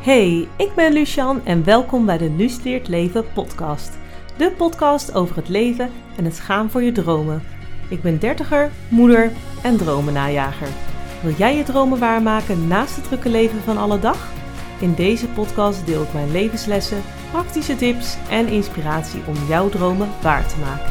Hey, ik ben Lucian en welkom bij de Luus Leert Leven podcast. De podcast over het leven en het gaan voor je dromen. Ik ben dertiger, moeder en dromennajager. Wil jij je dromen waarmaken naast het drukke leven van alle dag? In deze podcast deel ik mijn levenslessen, praktische tips en inspiratie om jouw dromen waar te maken.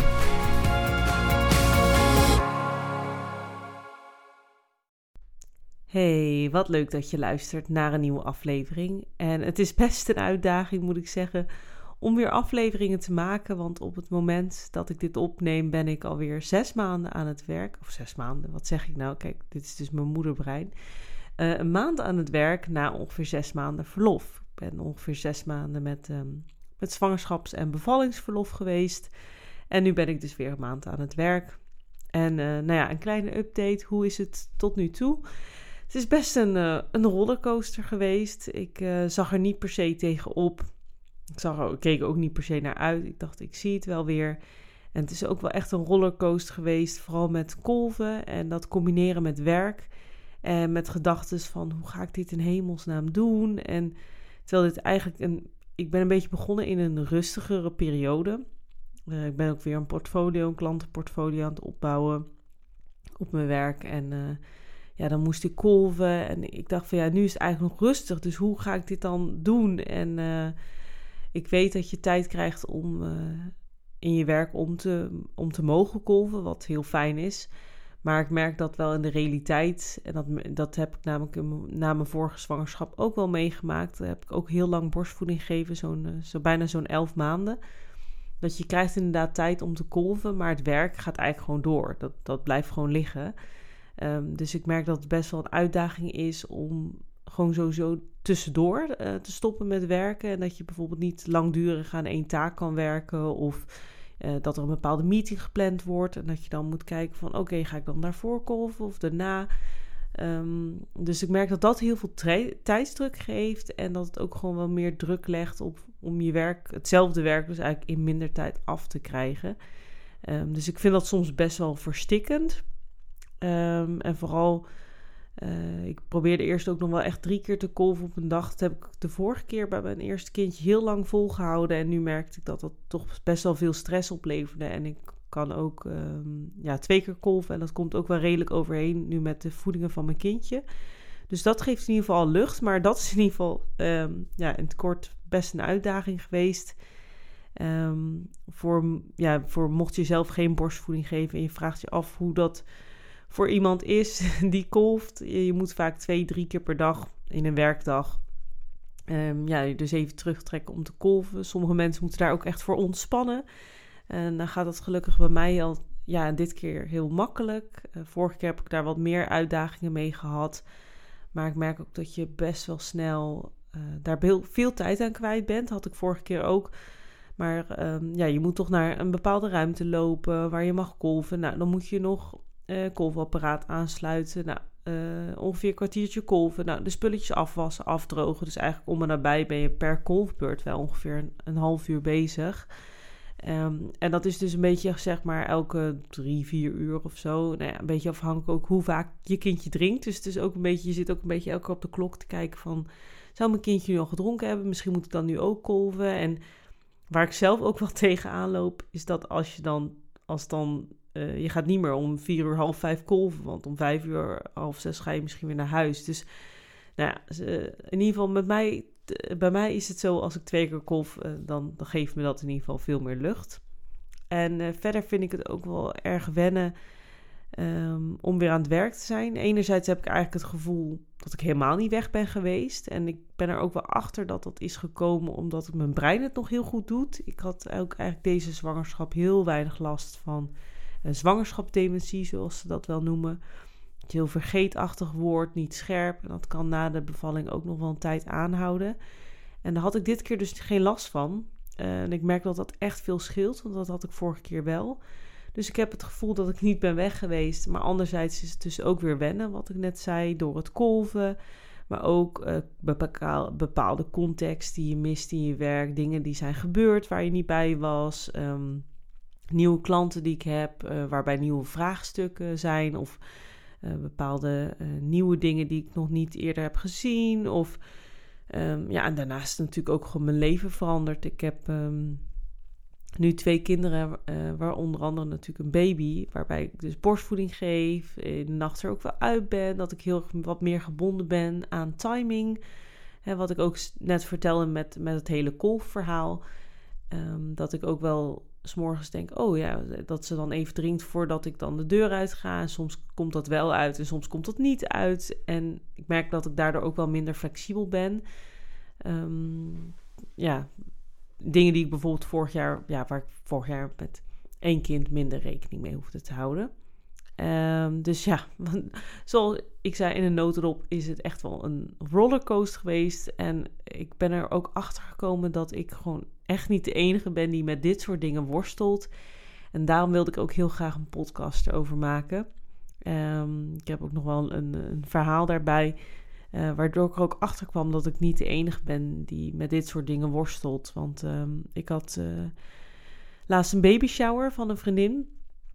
Hey, wat leuk dat je luistert naar een nieuwe aflevering. En het is best een uitdaging, moet ik zeggen, om weer afleveringen te maken. Want op het moment dat ik dit opneem, ben ik alweer 6 maanden aan het werk. Of 6 maanden, wat zeg ik nou? Kijk, dit is dus mijn moederbrein. Een maand aan het werk na ongeveer 6 maanden verlof. Ik ben ongeveer 6 maanden met zwangerschaps- en bevallingsverlof geweest. En nu ben ik dus weer een maand aan het werk. En een kleine update. Hoe is het tot nu toe? Het is best een rollercoaster geweest. Ik zag er niet per se tegenop. Ik keek ook niet per se naar uit. Ik dacht, ik zie het wel weer. En het is ook wel echt een rollercoaster geweest. Vooral met kolven en dat combineren met werk. En met gedachten van, hoe ga ik dit in hemelsnaam doen? En terwijl dit eigenlijk ik ben een beetje begonnen in een rustigere periode. Ik ben ook weer een klantenportfolio aan het opbouwen op mijn werk. En dan moest ik kolven en ik dacht van nu is het eigenlijk nog rustig. Dus hoe ga ik dit dan doen? En ik weet dat je tijd krijgt om in je werk om te mogen kolven, wat heel fijn is. Maar ik merk dat wel in de realiteit. En dat heb ik namelijk na mijn vorige zwangerschap ook wel meegemaakt. Daar heb ik ook heel lang borstvoeding gegeven, bijna zo'n 11 maanden. Dat je krijgt inderdaad tijd om te kolven, maar het werk gaat eigenlijk gewoon door. Dat blijft gewoon liggen. Dus ik merk dat het best wel een uitdaging is om gewoon sowieso tussendoor te stoppen met werken. En dat je bijvoorbeeld niet langdurig aan 1 taak kan werken. Of dat er een bepaalde meeting gepland wordt. En dat je dan moet kijken van oké, ga ik dan daarvoor kolven of daarna? Dus ik merk dat dat heel veel tijdsdruk geeft. En dat het ook gewoon wel meer druk legt om je werk, hetzelfde werk dus eigenlijk in minder tijd af te krijgen. Dus ik vind dat soms best wel verstikkend. En vooral, ik probeerde eerst ook nog wel echt 3 keer te kolven op een dag. Dat heb ik de vorige keer bij mijn eerste kindje heel lang volgehouden. En nu merkte ik dat dat toch best wel veel stress opleverde. En ik kan ook 2 keer kolven. En dat komt ook wel redelijk overheen nu met de voedingen van mijn kindje. Dus dat geeft in ieder geval lucht. Maar dat is in ieder geval in het kort best een uitdaging geweest. Voor mocht je zelf geen borstvoeding geven en je vraagt je af hoe dat voor iemand is die kolft. Je moet vaak 2-3 keer per dag in een werkdag dus even terugtrekken om te kolven. Sommige mensen moeten daar ook echt voor ontspannen. En dan gaat dat gelukkig bij mij al dit keer heel makkelijk. Vorige keer heb ik daar wat meer uitdagingen mee gehad. Maar ik merk ook dat je best wel snel daar veel tijd aan kwijt bent. Had ik vorige keer ook. Maar je moet toch naar een bepaalde ruimte lopen waar je mag kolven. Nou, dan moet je nog kolfapparaat aansluiten. Ongeveer een kwartiertje kolven. De spulletjes afwassen, afdrogen. Dus eigenlijk om en nabij ben je per kolfbeurt wel ongeveer een half uur bezig. En dat is dus een beetje zeg maar elke 3-4 uur of zo. Een beetje afhankelijk ook hoe vaak je kindje drinkt. Dus het is ook je zit ook een beetje elke keer op de klok te kijken van, zou mijn kindje nu al gedronken hebben? Misschien moet ik dan nu ook kolven. En waar ik zelf ook wel tegenaan loop, is dat je gaat niet meer om 4:30, 4:30 kolven, want om 5:00, 5:30 ga je misschien weer naar huis. Dus in ieder geval bij mij is het zo, als ik 2 keer kolf, dan geeft me dat in ieder geval veel meer lucht. En verder vind ik het ook wel erg wennen om weer aan het werk te zijn. Enerzijds heb ik eigenlijk het gevoel dat ik helemaal niet weg ben geweest. En ik ben er ook wel achter dat is gekomen omdat mijn brein het nog heel goed doet. Ik had ook eigenlijk deze zwangerschap heel weinig last van zwangerschapsdementie, zoals ze dat wel noemen. Dat je heel vergeetachtig wordt, niet scherp. En dat kan na de bevalling ook nog wel een tijd aanhouden. En daar had ik dit keer dus geen last van. En ik merk dat dat echt veel scheelt, want dat had ik vorige keer wel. Dus ik heb het gevoel dat ik niet ben weg geweest. Maar anderzijds is het dus ook weer wennen, wat ik net zei, door het kolven. Maar ook bepaalde context die je mist in je werk. Dingen die zijn gebeurd waar je niet bij was. Nieuwe klanten die ik heb, waarbij nieuwe vraagstukken zijn. Of bepaalde nieuwe dingen die ik nog niet eerder heb gezien. Of En daarnaast is natuurlijk ook gewoon mijn leven veranderd. Ik heb nu 2 kinderen, waar onder andere natuurlijk een baby, waarbij ik dus borstvoeding geef, in de nacht er ook wel uit ben, dat ik heel wat meer gebonden ben aan timing. Wat ik ook net vertelde met het hele kolfverhaal. Dat ik ook wel 's morgens denk, dat ze dan even drinkt voordat ik dan de deur uit ga. En soms komt dat wel uit en soms komt dat niet uit. En ik merk dat ik daardoor ook wel minder flexibel ben. Dingen die ik bijvoorbeeld waar ik vorig jaar met 1 kind minder rekening mee hoefde te houden. Zoals ik zei in een notendop, is het echt wel een rollercoaster geweest. En ik ben er ook achter gekomen dat ik gewoon echt niet de enige ben die met dit soort dingen worstelt. En daarom wilde ik ook heel graag een podcast erover maken. Ik heb ook nog wel een verhaal daarbij, waardoor ik er ook achter kwam dat ik niet de enige ben die met dit soort dingen worstelt. Want ik had laatst een baby shower van een vriendin.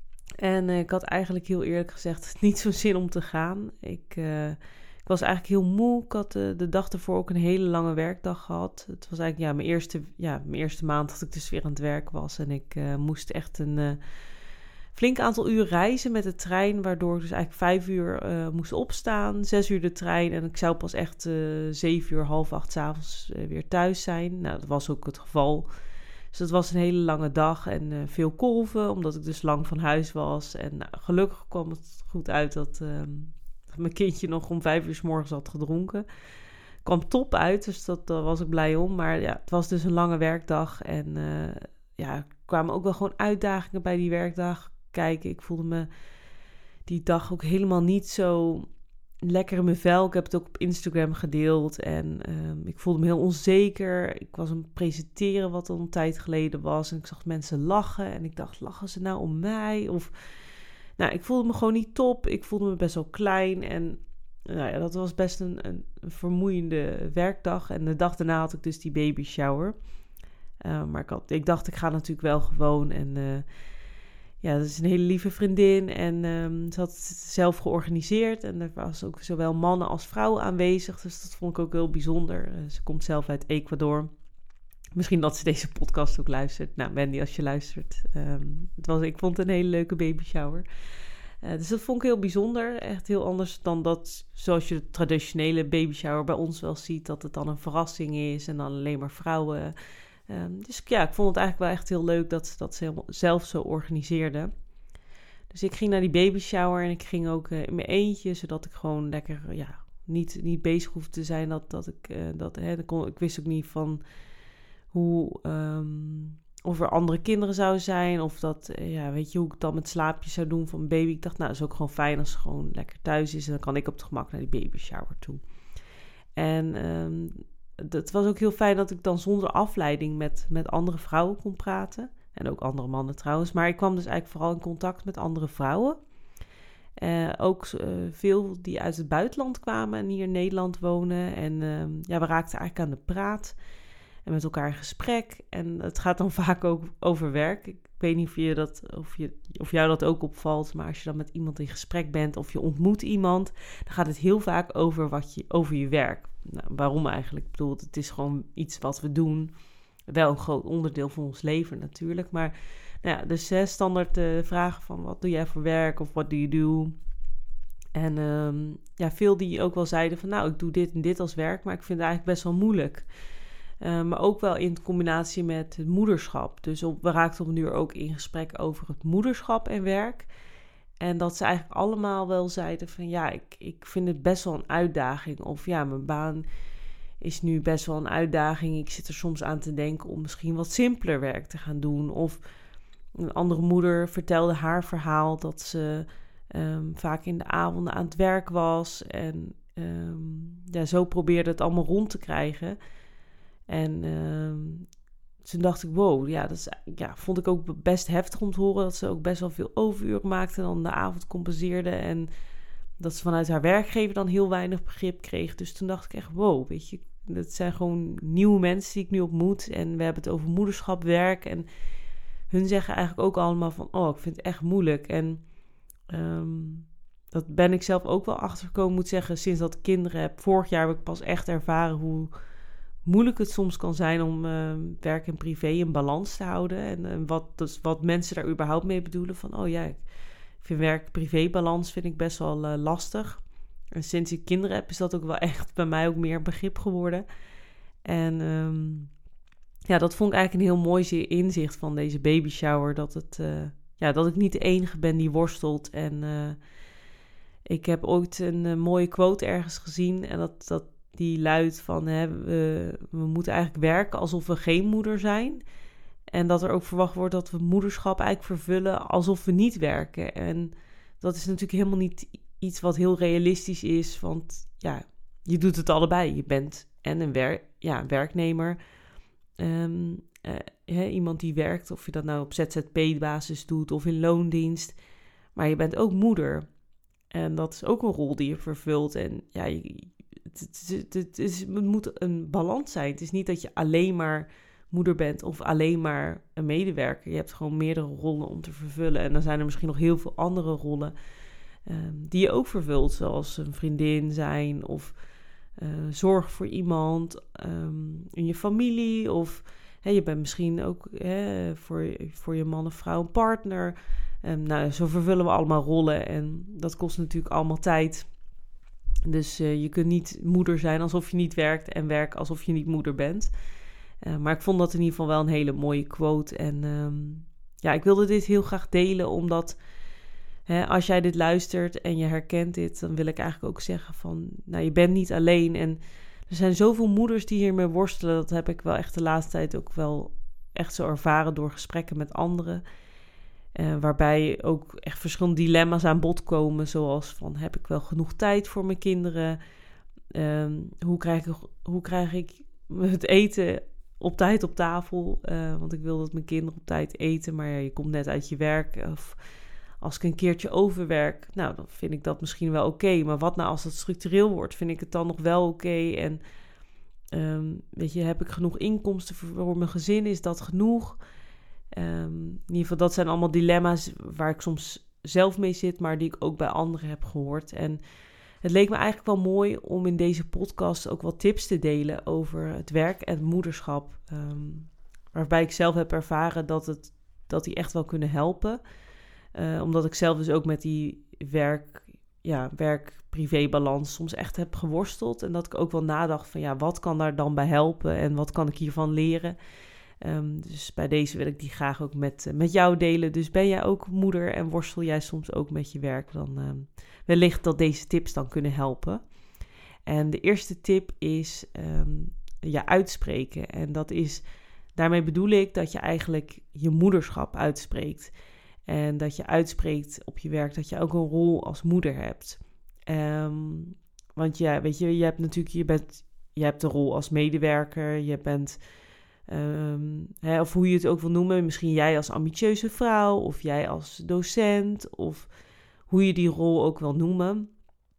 En ik had eigenlijk heel eerlijk gezegd niet zo'n zin om te gaan. Ik was eigenlijk heel moe. Ik had de dag ervoor ook een hele lange werkdag gehad. Het was eigenlijk mijn eerste maand dat ik dus weer aan het werk was. En ik moest echt een flink aantal uur reizen met de trein. Waardoor ik dus eigenlijk 5 uur moest opstaan. 6 uur de trein. En ik zou pas echt 7 uur, half 8 's avonds weer thuis zijn. Nou, dat was ook het geval. Dus dat was een hele lange dag en veel kolven, omdat ik dus lang van huis was. En gelukkig kwam het goed uit dat mijn kindje nog om 5 uur 's morgens had gedronken. Kwam top uit, dus daar was ik blij om. Maar ja, het was dus een lange werkdag. En er kwamen ook wel gewoon uitdagingen bij die werkdag kijken. Ik voelde me die dag ook helemaal niet zo lekker in mijn vel. Ik heb het ook op Instagram gedeeld. En ik voelde me heel onzeker. Ik was aan het presenteren wat al een tijd geleden was. En ik zag mensen lachen. En ik dacht, lachen ze nou om mij? Of, ik voelde me gewoon niet top. Ik voelde me best wel klein. En dat was best een vermoeiende werkdag. En de dag daarna had ik dus die baby shower. Maar ik dacht, ik ga natuurlijk wel gewoon. En dat is een hele lieve vriendin. En ze had het zelf georganiseerd. En er was ook zowel mannen als vrouwen aanwezig. Dus dat vond ik ook heel bijzonder. Ze komt zelf uit Ecuador. Misschien dat ze deze podcast ook luistert. Nou, Wendy, als je luistert. Ik vond het een hele leuke baby shower. Dus dat vond ik heel bijzonder. Echt heel anders dan dat, zoals je de traditionele baby shower bij ons wel ziet. Dat het dan een verrassing is en dan alleen maar vrouwen. Dus ik vond het eigenlijk wel echt heel leuk dat ze helemaal zelf zo organiseerde. Dus ik ging naar die baby shower en ik ging ook in mijn eentje, zodat ik gewoon lekker niet bezig hoefde te zijn. Ik wist ook niet van hoe of er andere kinderen zouden zijn of dat hoe ik dan met slaapjes zou doen van mijn baby. Ik dacht, dat is ook gewoon fijn als ze gewoon lekker thuis is en dan kan ik op het gemak naar die baby shower toe. En het was ook heel fijn dat ik dan zonder afleiding met andere vrouwen kon praten. En ook andere mannen trouwens. Maar ik kwam dus eigenlijk vooral in contact met andere vrouwen. Ook veel die uit het buitenland kwamen en hier in Nederland wonen. En we raakten eigenlijk aan de praat. En met elkaar in gesprek. En het gaat dan vaak ook over werk. Ik weet niet of jou dat ook opvalt. Maar als je dan met iemand in gesprek bent of je ontmoet iemand, dan gaat het heel vaak over je werk. Nou, waarom eigenlijk? Ik bedoel, het is gewoon iets wat we doen. Wel een groot onderdeel van ons leven natuurlijk. Maar dus standaard vragen van wat doe jij voor werk of what do you do? En veel die ook wel zeiden van ik doe dit en dit als werk, maar ik vind het eigenlijk best wel moeilijk. Maar ook wel in combinatie met het moederschap. Dus we raakten op een uur ook in gesprek over het moederschap en werk. En dat ze eigenlijk allemaal wel zeiden van ik vind het best wel een uitdaging. Of mijn baan is nu best wel een uitdaging. Ik zit er soms aan te denken om misschien wat simpeler werk te gaan doen. Of een andere moeder vertelde haar verhaal dat ze vaak in de avonden aan het werk was. En zo probeerde het allemaal rond te krijgen. En toen dacht ik, wow, vond ik ook best heftig om te horen dat ze ook best wel veel overuren maakte en dan de avond compenseerde. En dat ze vanuit haar werkgever dan heel weinig begrip kreeg. Dus toen dacht ik echt, wow, weet je, dat zijn gewoon nieuwe mensen die ik nu ontmoet. En we hebben het over moederschap, werk. En hun zeggen eigenlijk ook allemaal van, ik vind het echt moeilijk. En dat ben ik zelf ook wel achtergekomen, moet zeggen, sinds dat ik kinderen heb. Vorig jaar heb ik pas echt ervaren moeilijk het soms kan zijn om werk en privé in balans te houden. En wat mensen daar überhaupt mee bedoelen. Van, oh ja, ik vind werk-privé-balans vind ik best wel lastig. En sinds ik kinderen heb, is dat ook wel echt bij mij ook meer begrip geworden. En dat vond ik eigenlijk een heel mooi inzicht van deze baby shower. Dat ik niet de enige ben die worstelt. En ik heb ooit een mooie quote ergens gezien. En die luidt van, we moeten eigenlijk werken alsof we geen moeder zijn. En dat er ook verwacht wordt dat we moederschap eigenlijk vervullen alsof we niet werken. En dat is natuurlijk helemaal niet iets wat heel realistisch is. Want ja, je doet het allebei. Je bent en een werknemer. Iemand die werkt, of je dat nou op ZZP-basis doet of in loondienst. Maar je bent ook moeder. En dat is ook een rol die je vervult. En ja, het moet een balans zijn. Het is niet dat je alleen maar moeder bent of alleen maar een medewerker. Je hebt gewoon meerdere rollen om te vervullen. En dan zijn er misschien nog heel veel andere rollen die je ook vervult. Zoals een vriendin zijn of zorg voor iemand in je familie. Of je bent misschien ook voor je man of vrouw een partner. Zo vervullen we allemaal rollen en dat kost natuurlijk allemaal tijd. Dus je kunt niet moeder zijn alsof je niet werkt en werken alsof je niet moeder bent. Maar ik vond dat in ieder geval wel een hele mooie quote. En ik wilde dit heel graag delen, omdat als jij dit luistert en je herkent dit, dan wil ik eigenlijk ook zeggen van, je bent niet alleen. En er zijn zoveel moeders die hiermee worstelen. Dat heb ik wel echt de laatste tijd ook wel echt zo ervaren door gesprekken met anderen. Waarbij ook echt verschillende dilemma's aan bod komen. Zoals van, heb ik wel genoeg tijd voor mijn kinderen? Hoe krijg ik het eten op tijd op tafel? Want ik wil dat mijn kinderen op tijd eten. Maar je komt net uit je werk. Of als ik een keertje overwerk, dan vind ik dat misschien wel oké. Maar wat nou als dat structureel wordt? Vind ik het dan nog wel oké? En heb ik genoeg inkomsten voor mijn gezin? Is dat genoeg? In ieder geval, dat zijn allemaal dilemma's waar ik soms zelf mee zit, maar die ik ook bij anderen heb gehoord. En het leek me eigenlijk wel mooi om in deze podcast ook wat tips te delen over het werk en het moederschap. Waarbij ik zelf heb ervaren dat die echt wel kunnen helpen. Omdat ik zelf dus ook met die werk-privé-balans soms echt heb geworsteld. En dat ik ook wel nadacht van, wat kan daar dan bij helpen en wat kan ik hiervan leren? Dus bij deze wil ik die graag ook met jou delen. Dus ben jij ook moeder en worstel jij soms ook met je werk, dan wellicht dat deze tips dan kunnen helpen. En de eerste tip is je uitspreken. En daarmee bedoel ik dat je eigenlijk je moederschap uitspreekt. En dat je uitspreekt op je werk dat je ook een rol als moeder hebt. Want ja, weet je hebt natuurlijk, je hebt de rol als medewerker, je bent, of hoe je het ook wil noemen, misschien jij als ambitieuze vrouw, of jij als docent, of hoe je die rol ook wil noemen.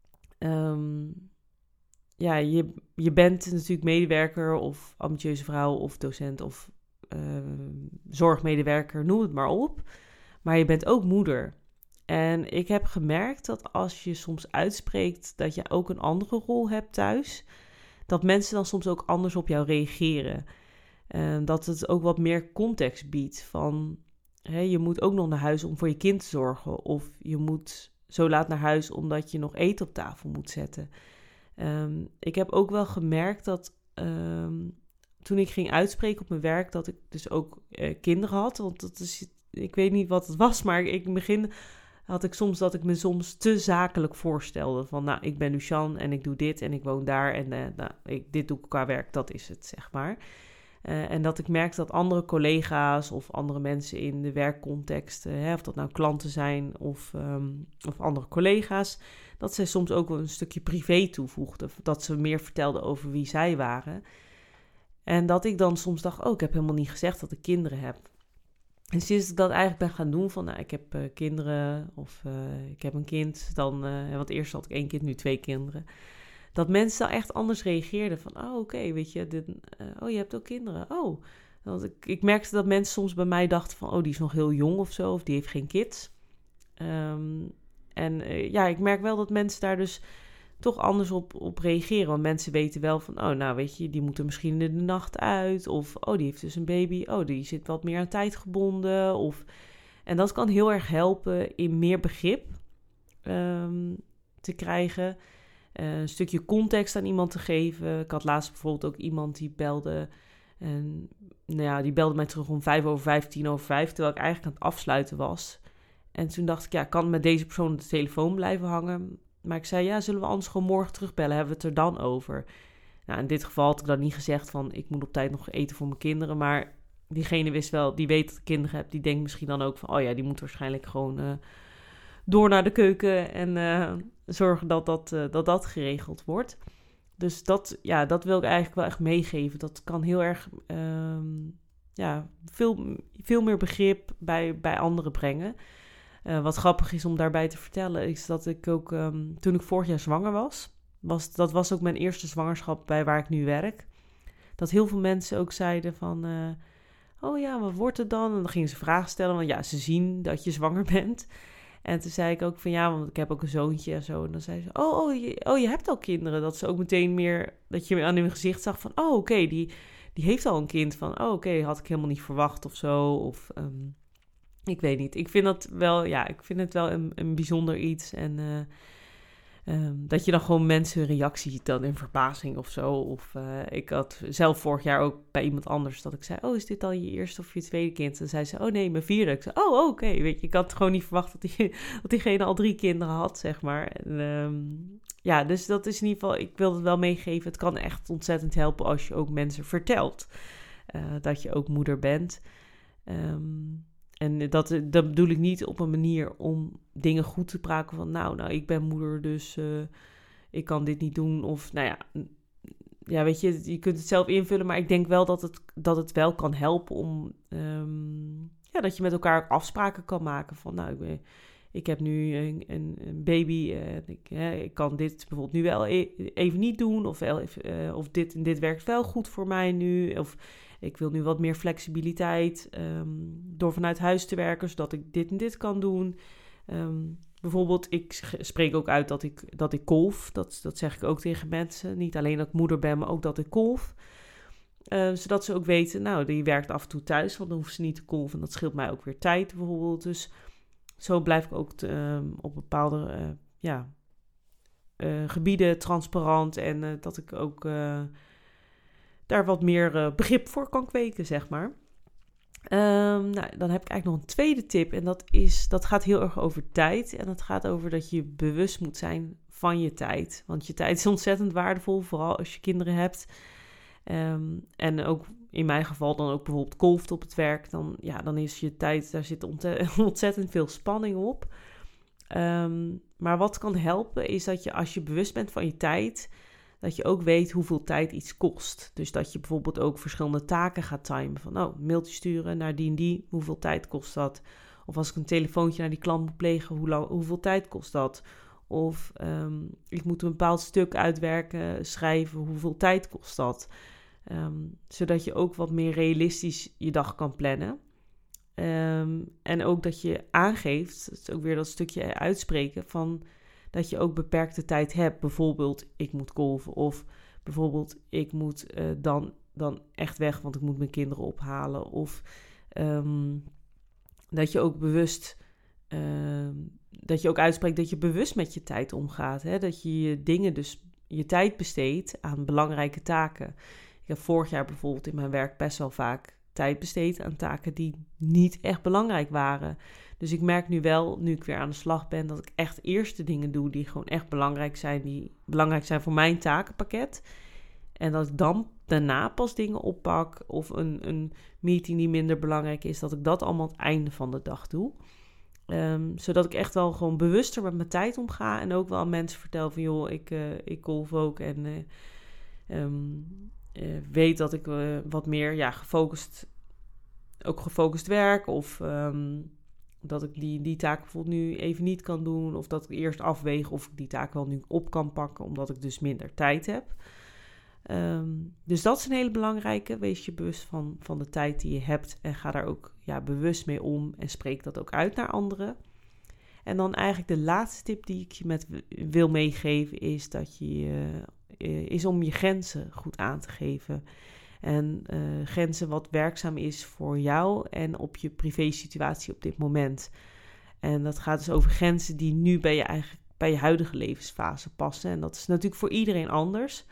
Je bent natuurlijk medewerker, of ambitieuze vrouw, of docent, of zorgmedewerker, noem het maar op. Maar je bent ook moeder. En ik heb gemerkt dat als je soms uitspreekt dat je ook een andere rol hebt thuis, dat mensen dan soms ook anders op jou reageren. Dat het ook wat meer context biedt van, je moet ook nog naar huis om voor je kind te zorgen. Of je moet zo laat naar huis omdat je nog eten op tafel moet zetten. Ik heb ook wel gemerkt dat toen ik ging uitspreken op mijn werk, dat ik dus ook kinderen had. Want dat is, ik weet niet wat het was, maar in het begin had ik soms dat ik me soms te zakelijk voorstelde. Van, ik ben Luchan en ik doe dit en ik woon daar en dit doe ik qua werk, dat is het, zeg maar. En dat ik merkte dat andere collega's of andere mensen in de werkcontext, of dat nou klanten zijn of andere collega's, dat zij soms ook wel een stukje privé toevoegden. Dat ze meer vertelden over wie zij waren. En dat ik dan soms dacht, ik heb helemaal niet gezegd dat ik kinderen heb. En sinds ik dat eigenlijk ben gaan doen, van ik heb kinderen of ik heb een kind, dan, want eerst had ik 1 kind, nu 2 kinderen. Dat mensen dan echt anders reageerden van, oké, weet je, je hebt ook kinderen. Want ik merkte dat mensen soms bij mij dachten van, die is nog heel jong of zo, of die heeft geen kids. Ik merk wel dat mensen daar dus toch anders op reageren. Want mensen weten wel van, oh, nou weet je, die moet er misschien in de nacht uit. Of, oh, die heeft dus een baby. Oh, die zit wat meer aan tijd gebonden. En dat kan heel erg helpen in meer begrip te krijgen. Een stukje context aan iemand te geven. Ik had laatst bijvoorbeeld ook iemand die belde. En die belde mij terug om 5:15, terwijl ik eigenlijk aan het afsluiten was. En toen dacht ik, kan met deze persoon de telefoon blijven hangen? Maar ik zei, zullen we anders gewoon morgen terugbellen? Hebben we het er dan over? Nou, in dit geval had ik dan niet gezegd van, ik moet op tijd nog eten voor mijn kinderen. Maar diegene wist wel, die weet dat ik kinderen heb. Die denkt misschien dan ook van, die moet waarschijnlijk gewoon door naar de keuken. En zorgen dat geregeld wordt. Dus dat wil ik eigenlijk wel echt meegeven. Dat kan heel erg veel meer begrip bij anderen brengen. Wat grappig is om daarbij te vertellen, is dat ik ook toen ik vorig jaar zwanger dat was ook mijn eerste zwangerschap bij waar ik nu werk. Dat heel veel mensen ook zeiden van, wat wordt het dan? En dan gingen ze vragen stellen, want ze zien dat je zwanger bent. En toen zei ik ook van want ik heb ook een zoontje en zo. En dan zei ze, je hebt al kinderen. Dat ze ook meteen meer, dat je aan hun gezicht zag van, oké, die heeft al een kind. Van, oké, had ik helemaal niet verwacht of zo. Of, ik weet niet. Ik vind dat wel, ik vind het wel een bijzonder iets. En dat je dan gewoon mensen hun reactie ziet dan in verbazing of zo. Of ik had zelf vorig jaar ook bij iemand anders dat ik zei, is dit dan je eerste of je tweede kind? En dan zei ze, nee, mijn vierde. Ik zei, oké. Weet je, ik had gewoon niet verwacht dat diegene al 3 kinderen had, zeg maar. En, dus dat is in ieder geval, ik wil het wel meegeven. Het kan echt ontzettend helpen als je ook mensen vertelt dat je ook moeder bent. En dat bedoel ik niet op een manier om dingen goed te praten van, ik ben moeder, dus ik kan dit niet doen. Of, weet je kunt het zelf invullen, maar ik denk wel dat het wel kan helpen om, dat je met elkaar afspraken kan maken van, ik heb nu een baby en ik kan dit bijvoorbeeld nu wel even niet doen. Of dit en dit werkt wel goed voor mij nu. Of ik wil nu wat meer flexibiliteit door vanuit huis te werken, zodat ik dit en dit kan doen. Bijvoorbeeld, ik spreek ook uit dat ik kolf. Dat zeg ik ook tegen mensen. Niet alleen dat ik moeder ben, maar ook dat ik kolf. Zodat ze ook weten, die werkt af en toe thuis, want dan hoeft ze niet te kolven. En dat scheelt mij ook weer tijd bijvoorbeeld. Dus zo blijf ik ook op bepaalde gebieden transparant. En dat ik ook daar wat meer begrip voor kan kweken, zeg maar. Dan heb ik eigenlijk nog een tweede tip. En dat gaat heel erg over tijd. En dat gaat over dat je bewust moet zijn van je tijd. Want je tijd is ontzettend waardevol, vooral als je kinderen hebt. En ook in mijn geval dan ook bijvoorbeeld kolft op het werk. Dan is je tijd, daar zit ontzettend veel spanning op. Maar wat kan helpen is dat je, als je bewust bent van je tijd, dat je ook weet hoeveel tijd iets kost. Dus dat je bijvoorbeeld ook verschillende taken gaat timen. Van een mailtje sturen naar die en die, hoeveel tijd kost dat? Of als ik een telefoontje naar die klant moet plegen, hoeveel tijd kost dat? Of ik moet een bepaald stuk uitwerken, schrijven, hoeveel tijd kost dat? Zodat je ook wat meer realistisch je dag kan plannen. En ook dat je aangeeft, dat is ook weer dat stukje uitspreken, van dat je ook beperkte tijd hebt. Bijvoorbeeld, ik moet kolven. Of bijvoorbeeld, ik moet dan echt weg, want ik moet mijn kinderen ophalen. Of dat je ook bewust, dat je ook uitspreekt dat je bewust met je tijd omgaat. Hè? Dat je je dingen, dus je tijd besteedt aan belangrijke taken. Ik heb vorig jaar bijvoorbeeld in mijn werk best wel vaak tijd besteed aan taken die niet echt belangrijk waren. Dus ik merk nu wel, nu ik weer aan de slag ben, dat ik echt eerst de dingen doe die gewoon echt belangrijk zijn. Die belangrijk zijn voor mijn takenpakket. En dat ik dan daarna pas dingen oppak. Of een meeting die minder belangrijk is. Dat ik dat allemaal aan het einde van de dag doe. Zodat ik echt wel gewoon bewuster met mijn tijd omga. En ook wel aan mensen vertel van joh, ik golf ook. En weet dat ik wat meer gefocust werk. Of dat ik die taak bijvoorbeeld nu even niet kan doen. Of dat ik eerst afweeg of ik die taak wel nu op kan pakken. Omdat ik dus minder tijd heb. Dus dat is een hele belangrijke. Wees je bewust van de tijd die je hebt. En ga daar ook bewust mee om. En spreek dat ook uit naar anderen. En dan eigenlijk de laatste tip die ik je wil meegeven is dat is om je grenzen goed aan te geven. En grenzen wat werkzaam is voor jou en op je privé situatie op dit moment. En dat gaat dus over grenzen die nu bij je huidige levensfase passen. En dat is natuurlijk voor iedereen anders.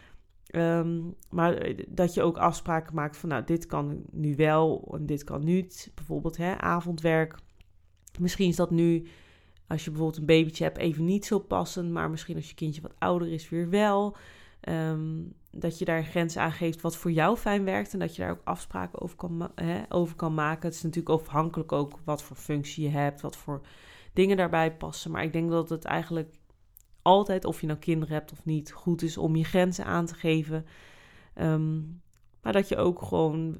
Maar dat je ook afspraken maakt van, nou, dit kan nu wel en dit kan niet. Bijvoorbeeld avondwerk. Misschien is dat nu, als je bijvoorbeeld een babytje hebt, even niet zo passend. Maar misschien als je kindje wat ouder is, weer wel. Dat je daar grenzen aan geeft wat voor jou fijn werkt. En dat je daar ook afspraken over kan maken. Het is natuurlijk afhankelijk ook wat voor functie je hebt. Wat voor dingen daarbij passen. Maar ik denk dat het eigenlijk altijd, of je nou kinderen hebt of niet, goed is om je grenzen aan te geven. Maar dat je ook gewoon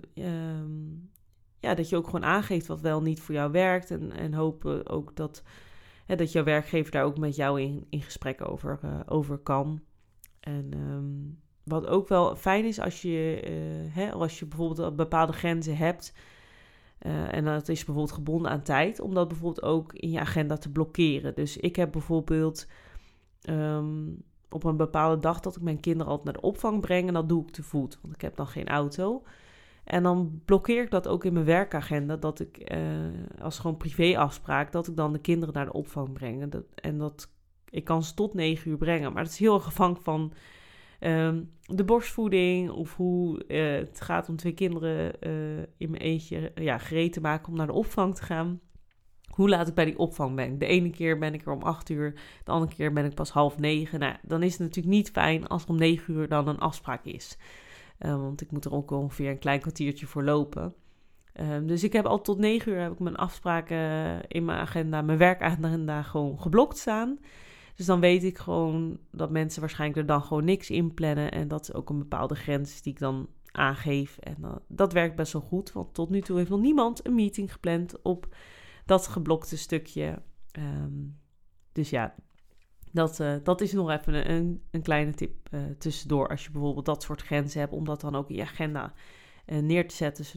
aangeeft wat wel niet voor jou werkt. En hopen ook dat jouw werkgever daar ook met jou in gesprek over kan. En wat ook wel fijn is als je bijvoorbeeld bepaalde grenzen hebt. En dat is bijvoorbeeld gebonden aan tijd. Om dat bijvoorbeeld ook in je agenda te blokkeren. Dus ik heb bijvoorbeeld op een bepaalde dag dat ik mijn kinderen altijd naar de opvang breng. En dat doe ik te voet, want ik heb dan geen auto. En dan blokkeer ik dat ook in mijn werkagenda. Dat ik als gewoon privéafspraak, dat ik dan de kinderen naar de opvang breng. Ik kan ze tot 9 uur brengen. Maar dat is heel erg afhankelijk van de borstvoeding. Of hoe het gaat om 2 kinderen in mijn eentje gereed te maken om naar de opvang te gaan. Hoe laat ik bij die opvang ben. De ene keer ben ik er om 8 uur. De andere keer ben ik pas 8:30. Nou, dan is het natuurlijk niet fijn als er om 9 uur dan een afspraak is. Want ik moet er ook ongeveer een klein kwartiertje voor lopen. Dus ik heb al tot 9 uur heb ik mijn afspraken in mijn agenda, mijn werkagenda gewoon geblokt staan. Dus dan weet ik gewoon dat mensen waarschijnlijk er dan gewoon niks in plannen. En dat is ook een bepaalde grens die ik dan aangeef. En dat werkt best wel goed. Want tot nu toe heeft nog niemand een meeting gepland op dat geblokte stukje. Dus ja, dat is nog even een kleine tip tussendoor. Als je bijvoorbeeld dat soort grenzen hebt, om dat dan ook in je agenda neer te zetten.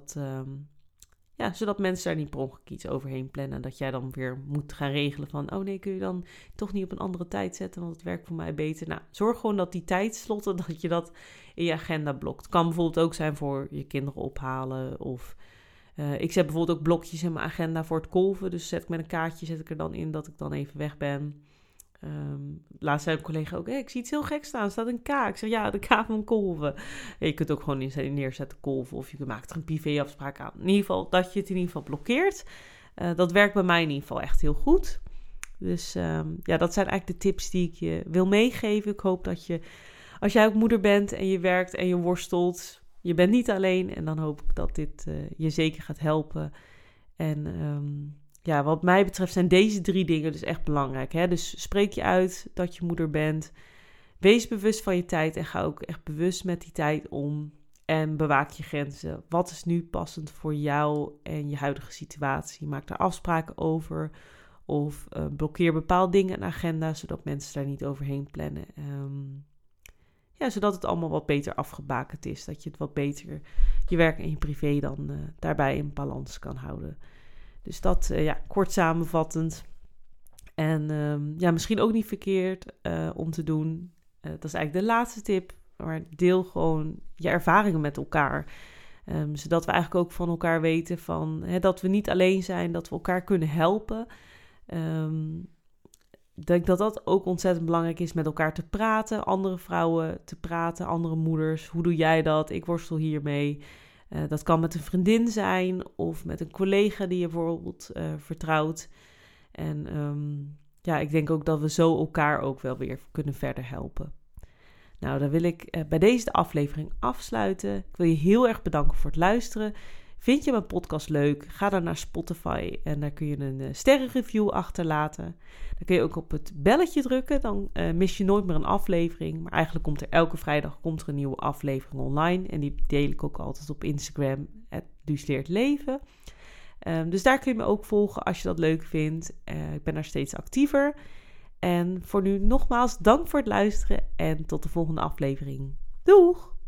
Zodat mensen daar niet per ongeluk iets overheen plannen. En dat jij dan weer moet gaan regelen van, oh nee, kun je dan toch niet op een andere tijd zetten, want het werkt voor mij beter. Nou, zorg gewoon dat die tijdslotten, dat je dat in je agenda blokt. Kan bijvoorbeeld ook zijn voor je kinderen ophalen of ik zet bijvoorbeeld ook blokjes in mijn agenda voor het kolven. Dus zet ik met een kaartje er dan in dat ik dan even weg ben. Laatst zei een collega ook, ik zie iets heel gek staan. Er staat een K. Ik zeg, ja, de K van kolven. Je kunt ook gewoon neerzetten kolven. Of je maakt er een privéafspraak aan. In ieder geval, dat je het in ieder geval blokkeert. Dat werkt bij mij in ieder geval echt heel goed. Dus dat zijn eigenlijk de tips die ik je wil meegeven. Ik hoop dat je, als jij ook moeder bent en je werkt en je worstelt, je bent niet alleen. En dan hoop ik dat dit je zeker gaat helpen. En wat mij betreft zijn deze 3 dingen dus echt belangrijk. Hè? Dus spreek je uit dat je moeder bent. Wees bewust van je tijd en ga ook echt bewust met die tijd om. En bewaak je grenzen. Wat is nu passend voor jou en je huidige situatie? Maak daar afspraken over. Of blokkeer bepaalde dingen in de agenda, zodat mensen daar niet overheen plannen. Zodat het allemaal wat beter afgebakend is. Dat je het wat beter, je werk en je privé dan daarbij in balans kan houden. Dus dat, kort samenvattend. En misschien ook niet verkeerd om te doen. Dat is eigenlijk de laatste tip. Maar deel gewoon je ervaringen met elkaar. Zodat we eigenlijk ook van elkaar weten dat we niet alleen zijn. Dat we elkaar kunnen helpen. Ik denk dat dat ook ontzettend belangrijk is, met elkaar te praten. Andere vrouwen te praten, andere moeders. Hoe doe jij dat? Ik worstel hiermee. Dat kan met een vriendin zijn of met een collega die je bijvoorbeeld vertrouwt. En ik denk ook dat we zo elkaar ook wel weer kunnen verder helpen. Nou, dan wil ik bij deze aflevering afsluiten. Ik wil je heel erg bedanken voor het luisteren. Vind je mijn podcast leuk? Ga dan naar Spotify en daar kun je een sterrenreview achterlaten. Dan kun je ook op het belletje drukken. Dan mis je nooit meer een aflevering. Maar eigenlijk komt er elke vrijdag een nieuwe aflevering online. En die deel ik ook altijd op Instagram, @duusleertleven. Dus daar kun je me ook volgen als je dat leuk vindt. Ik ben daar steeds actiever. En voor nu nogmaals dank voor het luisteren en tot de volgende aflevering. Doeg!